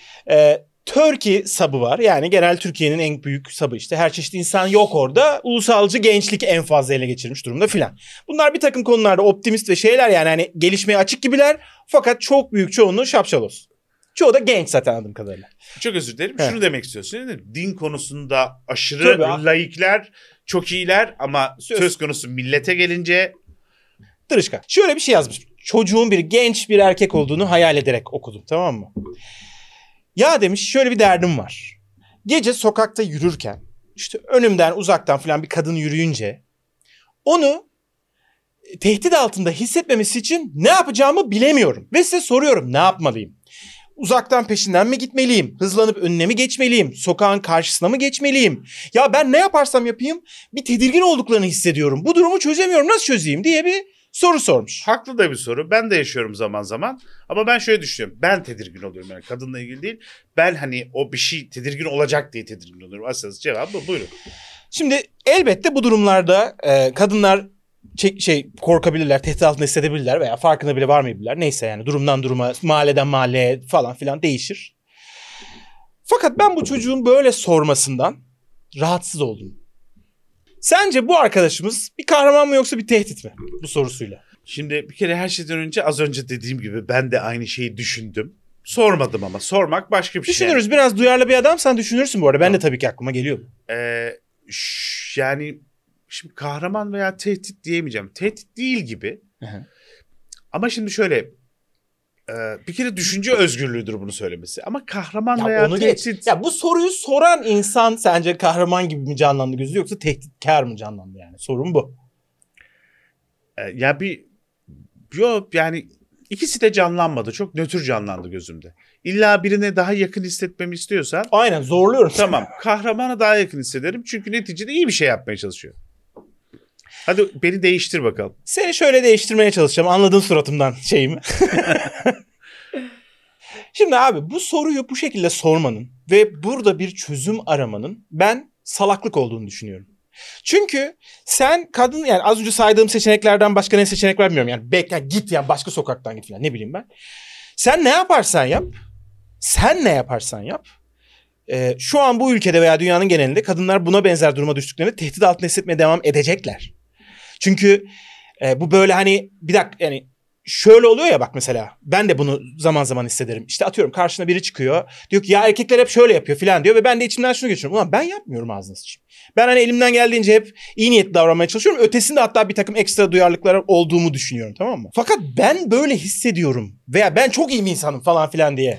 Turkey sabı var. Yani genel Türkiye'nin en büyük sabı işte. Her çeşit insan yok orada. Ulusalcı gençlik en fazla ele geçirmiş durumda filan. Bunlar bir takım konularda optimist ve şeyler yani hani gelişmeye açık gibiler. Fakat çok büyük çoğunluğu şapşalos. Çoğu da genç zaten anladığım kadarıyla. Çok özür dilerim. Şunu demek istiyorsun değil mi? Din konusunda aşırı laikler, çok iyiler ama söz konusu millete gelince... Dırışka. Şöyle bir şey yazmış. Çocuğun genç bir erkek olduğunu hayal ederek okudum, tamam mı? Ya demiş şöyle bir derdim var. Gece sokakta yürürken işte önümden uzaktan falan bir kadın yürüyünce onu tehdit altında hissetmemesi için ne yapacağımı bilemiyorum. Ve size soruyorum ne yapmalıyım? Uzaktan peşinden mi gitmeliyim? Hızlanıp önüne mi geçmeliyim? Sokağın karşısına mı geçmeliyim? Ya ben ne yaparsam yapayım bir tedirgin olduklarını hissediyorum. Bu durumu çözemiyorum. Nasıl çözeyim diye bir Soru sormuş. Haklı da bir soru. Ben de yaşıyorum zaman zaman. Ama ben şöyle düşünüyorum. Ben tedirgin oluyorum. Yani kadınla ilgili değil. Ben hani o bir şey tedirgin olacak diye tedirgin oluyorum. Aslında cevap bu. Buyurun. Şimdi elbette bu durumlarda kadınlar korkabilirler, tehdit altında hissedebilirler veya farkında bile varmayabilirler. Neyse yani durumdan duruma, mahalleden mahalleye falan filan değişir. Fakat ben bu çocuğun böyle sormasından rahatsız oldum. Sence bu arkadaşımız bir kahraman mı yoksa bir tehdit mi bu sorusuyla? Şimdi bir kere her şeyden önce az önce dediğim gibi ben de aynı şeyi düşündüm. Sormadım ama sormak başka bir şey. Düşünürüz. Biraz duyarlı bir adamsan düşünürsün bu arada. Ben de tabii ki aklıma geliyor. Yani şimdi kahraman veya tehdit diyemeyeceğim. Tehdit değil gibi. Hı-hı. Ama şimdi şöyle bir kere düşünce özgürlüğüdür bunu söylemesi. Ama kahraman ya veya tehdit... Geç. Ya bu soruyu soran insan sence kahraman gibi mi canlandı gözü yoksa tehditkar mı canlandı yani? Sorun bu. Yok yani ikisi de canlanmadı. Çok nötr canlandı gözümde. İlla birine daha yakın hissetmemi istiyorsan... Aynen zorluyorum. Tamam, kahramana daha yakın hissederim. Çünkü neticede iyi bir şey yapmaya çalışıyor. Hadi beni değiştir bakalım. Seni şöyle değiştirmeye çalışacağım. Anladın suratımdan şeyimi. Şimdi abi bu soruyu bu şekilde sormanın ve burada bir çözüm aramanın ben salaklık olduğunu düşünüyorum. Çünkü sen kadın yani az önce saydığım seçeneklerden başka ne seçenek var bilmiyorum. Yani bekle git ya başka sokaktan git falan ne bileyim ben. Sen ne yaparsan yap. Şu an bu ülkede veya dünyanın genelinde kadınlar buna benzer duruma düştüklerinde tehdit altında hissetmeye devam edecekler. Çünkü bu böyle hani bir dakika yani şöyle oluyor ya bak mesela ben de bunu zaman zaman hissederim. İşte atıyorum karşına biri çıkıyor diyor ki ya erkekler hep şöyle yapıyor falan diyor ve ben de içimden şunu geçiyorum. Ulan ben yapmıyorum ağzına sıçayım. Ben hani elimden geldiğince hep iyi niyetli davranmaya çalışıyorum. Ötesinde hatta bir takım ekstra duyarlılıklar olduğumu düşünüyorum tamam mı? Fakat ben böyle hissediyorum veya ben çok iyi bir insanım falan filan diye.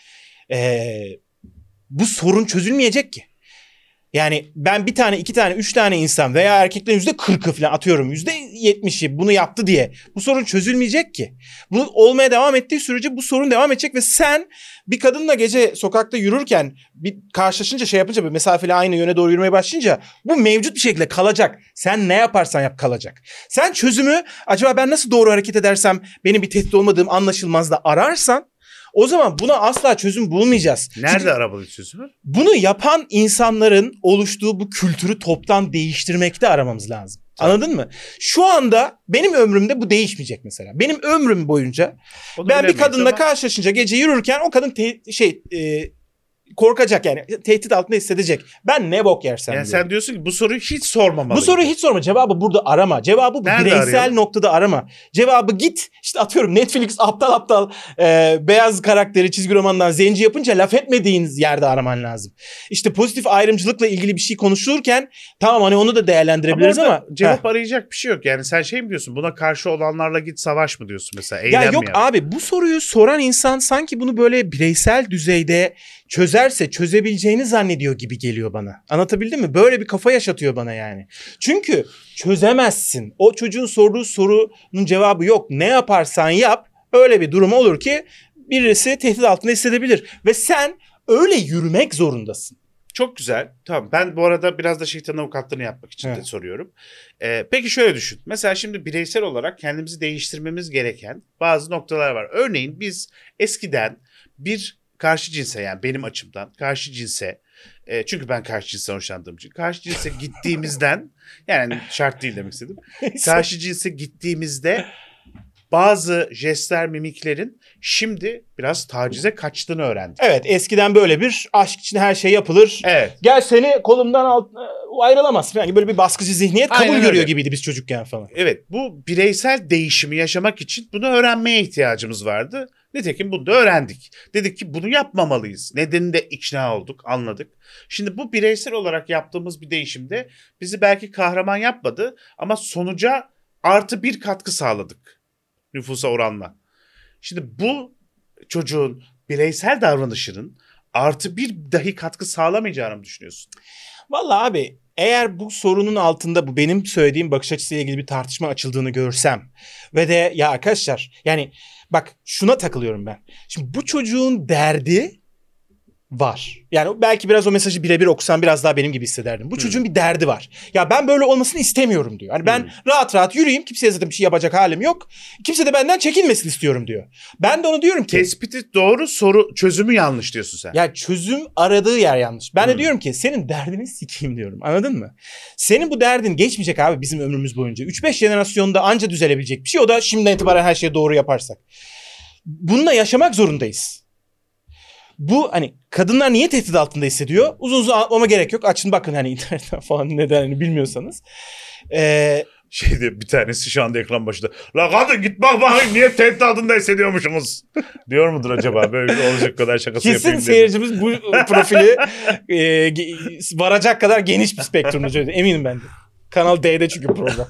Bu sorun çözülmeyecek ki. Yani ben bir tane, iki tane, üç tane insan veya erkeklerin %40'ı falan atıyorum %70'i bunu yaptı diye bu sorun çözülmeyecek ki. Bu olmaya devam ettiği sürece bu sorun devam edecek ve sen bir kadınla gece sokakta yürürken bir karşılaşınca şey yapınca bir mesafeli aynı yöne doğru yürümeye başlayınca bu mevcut bir şekilde kalacak. Sen ne yaparsan yap kalacak. Sen çözümü acaba ben nasıl doğru hareket edersem benim bir tehdit olmadığım anlaşılmaz da ararsan o zaman buna asla çözüm bulmayacağız. Nerede arabalı çözümü? Bunu yapan insanların oluştuğu bu kültürü toptan değiştirmekte aramamız lazım. Tabii. Anladın mı? Şu anda benim ömrümde bu değişmeyecek mesela. Benim ömrüm boyunca ben bir kadınla karşılaşınca gece yürürken o kadın korkacak yani tehdit altında hissedecek. Ben ne bok yersem yani diyorum. Sen diyorsun ki bu soruyu hiç sormamalıyım. Bu soruyu hiç sorma. Cevabı burada arama. Cevabı bu bireysel arayalım? Noktada arama. Cevabı git işte atıyorum Netflix aptal beyaz karakteri çizgi romandan zenci yapınca laf etmediğiniz yerde araman lazım. İşte pozitif ayrımcılıkla ilgili bir şey konuşulurken tamam hani onu da değerlendirebiliriz ama cevap arayacak bir şey yok. Yani sen şey mi diyorsun? Buna karşı olanlarla git savaş mı diyorsun mesela? Eylem ya yok mi abi bu soruyu soran insan sanki bunu böyle bireysel düzeyde çözebileceğini zannediyor gibi geliyor bana. Anlatabildim mi? Böyle bir kafa yaşatıyor bana yani. Çünkü çözemezsin. O çocuğun sorduğu sorunun cevabı yok. Ne yaparsan yap öyle bir durum olur ki birisi tehdit altında hissedebilir. Ve sen öyle yürümek zorundasın. Çok güzel. Tamam ben bu arada biraz da şeytan avukatlığını yapmak için de soruyorum. Peki şöyle düşün. Mesela şimdi bireysel olarak kendimizi değiştirmemiz gereken bazı noktalar var. Örneğin biz eskiden bir karşı cinse yani benim açımdan karşı cinse çünkü ben karşı cinsten hoşlandığım için karşı cinse gittiğimizden yani şart değil demek istedim. Karşı cinse gittiğimizde bazı jestler mimiklerin şimdi biraz tacize kaçtığını öğrendim. Evet eskiden böyle bir aşk için her şey yapılır. Evet. Gel seni kolumdan ayrılamazsın. Yani böyle bir baskıcı zihniyet kabul görüyor gibiydi biz çocukken falan. Evet bu bireysel değişimi yaşamak için bunu öğrenmeye ihtiyacımız vardı. Nitekim bunu da öğrendik. Dedik ki bunu yapmamalıyız. Nedenini de ikna olduk, anladık. Şimdi bu bireysel olarak yaptığımız bir değişimde bizi belki kahraman yapmadı ama sonuca artı bir katkı sağladık nüfusa oranla. Şimdi bu çocuğun bireysel davranışının artı bir dahi katkı sağlamayacağını mı düşünüyorsun? Vallahi abi eğer bu sorunun altında bu benim söylediğim bakış açısıyla ilgili bir tartışma açıldığını görsem ve de ya arkadaşlar yani bak şuna takılıyorum ben. Şimdi bu çocuğun derdi var. Yani belki biraz o mesajı birebir okusan biraz daha benim gibi hissederdim. Bu çocuğun bir derdi var. Ya ben böyle olmasını istemiyorum diyor. Hani ben rahat rahat yürüyeyim. Kimseye zaten bir şey yapacak halim yok. Kimse de benden çekinmesin istiyorum diyor. Ben de onu diyorum ki. Tespiti doğru, çözümü yanlış diyorsun sen. Ya çözüm aradığı yer yanlış. Ben de diyorum ki senin derdini sikeyim diyorum. Anladın mı? Senin bu derdin geçmeyecek abi bizim ömrümüz boyunca. 3-5 jenerasyonda anca düzelebilecek bir şey. O da şimdiden itibaren her şeyi doğru yaparsak. Bununla yaşamak zorundayız. Bu hani kadınlar niye tehdit altında hissediyor? Uzun uzun anlatmama gerek yok. Açın bakın hani internetten falan nedenini bilmiyorsanız. Bir tanesi şu anda ekran başında. La kadın git bak bakayım niye tehdit altında hissediyormuşsunuz. Diyor mudur acaba? Böyle olacak kadar şakası kesin yapayım dedi. Kesin seyircimiz bu profili varacak kadar geniş bir spektrumda söyledi. Eminim ben de. Kanal D'de çünkü program.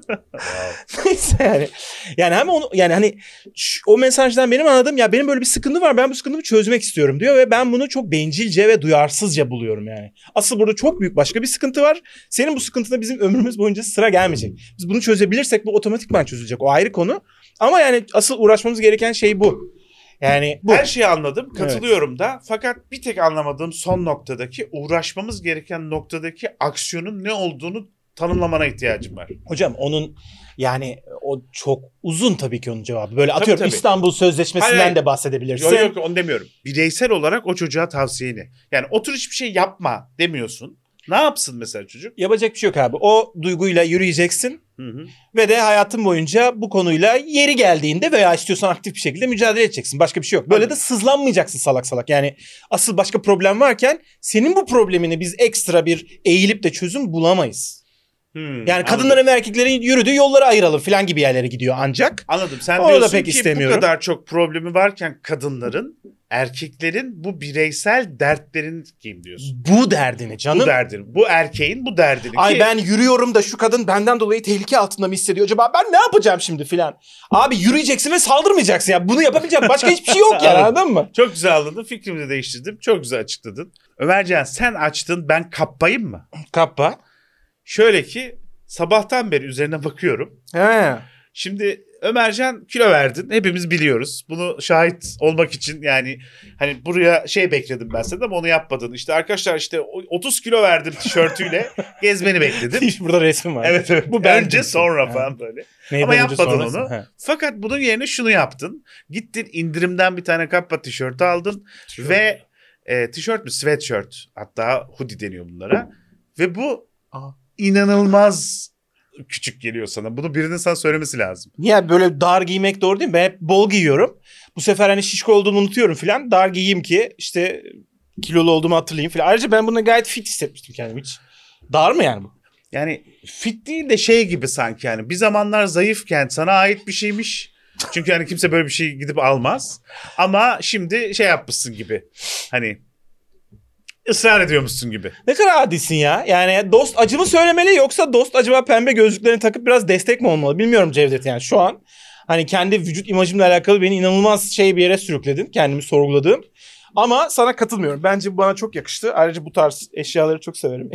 Neyse yani. Yani hem onu yani hani o mesajdan benim anladığım ya benim böyle bir sıkıntı var. Ben bu sıkıntımı çözmek istiyorum diyor ve ben bunu çok bencilce ve duyarsızca buluyorum yani. Asıl burada çok büyük başka bir sıkıntı var. Senin bu sıkıntına bizim ömrümüz boyunca sıra gelmeyecek. Biz bunu çözebilirsek bu otomatikman çözülecek. O ayrı konu. Ama yani asıl uğraşmamız gereken şey bu. Yani bu. Her şeyi anladım, katılıyorum da. Fakat bir tek anlamadığım son noktadaki uğraşmamız gereken noktadaki aksiyonun ne olduğunu tanımlamana ihtiyacım var. Hocam onun yani o çok uzun tabii ki onun cevabı. Böyle atıyorum tabii. İstanbul Sözleşmesi'nden de bahsedebilirsin. Yok onu demiyorum. Bireysel olarak o çocuğa tavsiyeni. Yani otur hiçbir şey yapma demiyorsun. Ne yapsın mesela çocuk? Yapacak bir şey yok abi. O duyguyla yürüyeceksin. Hı. Ve de hayatın boyunca bu konuyla yeri geldiğinde veya istiyorsan aktif bir şekilde mücadele edeceksin. Başka bir şey yok. Böyle de sızlanmayacaksın salak salak. Yani asıl başka problem varken senin bu problemini biz ekstra bir eğilip de çözüm bulamayız. Yani kadınların ve erkeklerin yürüdüğü yolları ayıralım falan gibi yerlere gidiyor ancak. Anladım. Sen onu diyorsun ki bu kadar çok problemi varken kadınların, erkeklerin bu bireysel dertlerini kim diyorsun? Bu derdini canım. Bu derdini. Bu erkeğin bu derdini. Ay ben yürüyorum da şu kadın benden dolayı tehlike altında mı hissediyor acaba? Ben ne yapacağım şimdi filan? Abi yürüyeceksin ve saldırmayacaksın ya. Bunu yapabileceğim başka hiçbir şey yok yani anladın mı? Çok güzel anladın. Fikrimi de değiştirdim. Çok güzel açıkladın. Ömercan sen açtın ben kapayım mı? Kappa. Şöyle ki sabahtan beri üzerine bakıyorum. He. Şimdi Ömercan kilo verdin. Hepimiz biliyoruz. Bunu şahit olmak için yani hani buraya bekledim ben senden ama onu yapmadın. İşte arkadaşlar işte 30 kilo verdim tişörtüyle gezmeni bekledim. Burada resim var. Evet. Bu önce sonra falan böyle. Neyden ama yapmadın sonrası? onu. Fakat bunun yerine şunu yaptın. Gittin indirimden bir tane kappa tişörtü aldın. Ve tişört mü? Sweatshirt. Hatta hoodie deniyor bunlara. Ve bu inanılmaz küçük geliyor sana. Bunu birinin sana söylemesi lazım. Niye böyle dar giymek doğru değil mi? Ben hep bol giyiyorum. Bu sefer hani şişko olduğumu unutuyorum falan. Dar giyeyim ki işte kilolu olduğumu hatırlayayım falan. Ayrıca ben buna gayet fit hissetmiştim kendimi hiç. Dar mı yani bu? Yani fit değil de gibi sanki yani. Bir zamanlar zayıfken sana ait bir şeymiş. Çünkü hani kimse böyle bir şey gidip almaz. Ama şimdi yapmışsın gibi. Hani ısrar ediyormuşsun gibi. Ne kadar adisin ya. Yani dost acımı söylemeli yoksa dost acaba pembe gözlüklerini takıp biraz destek mi olmalı? Bilmiyorum Cevdet yani şu an. Hani kendi vücut imajımla alakalı beni inanılmaz bir yere sürükledin. Kendimi sorguladığım. Ama sana katılmıyorum. Bence bu bana çok yakıştı. Ayrıca bu tarz eşyaları çok severim.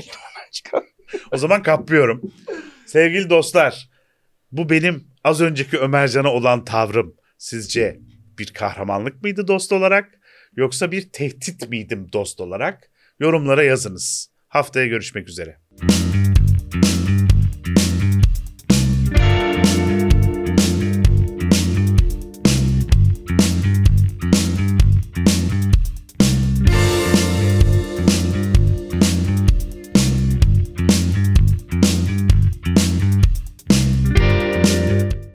O zaman kaplıyorum. Sevgili dostlar, bu benim az önceki Ömercan'a olan tavrım. Sizce bir kahramanlık mıydı dost olarak? Yoksa bir tehdit miydim dost olarak? Yorumlara yazınız. Haftaya görüşmek üzere.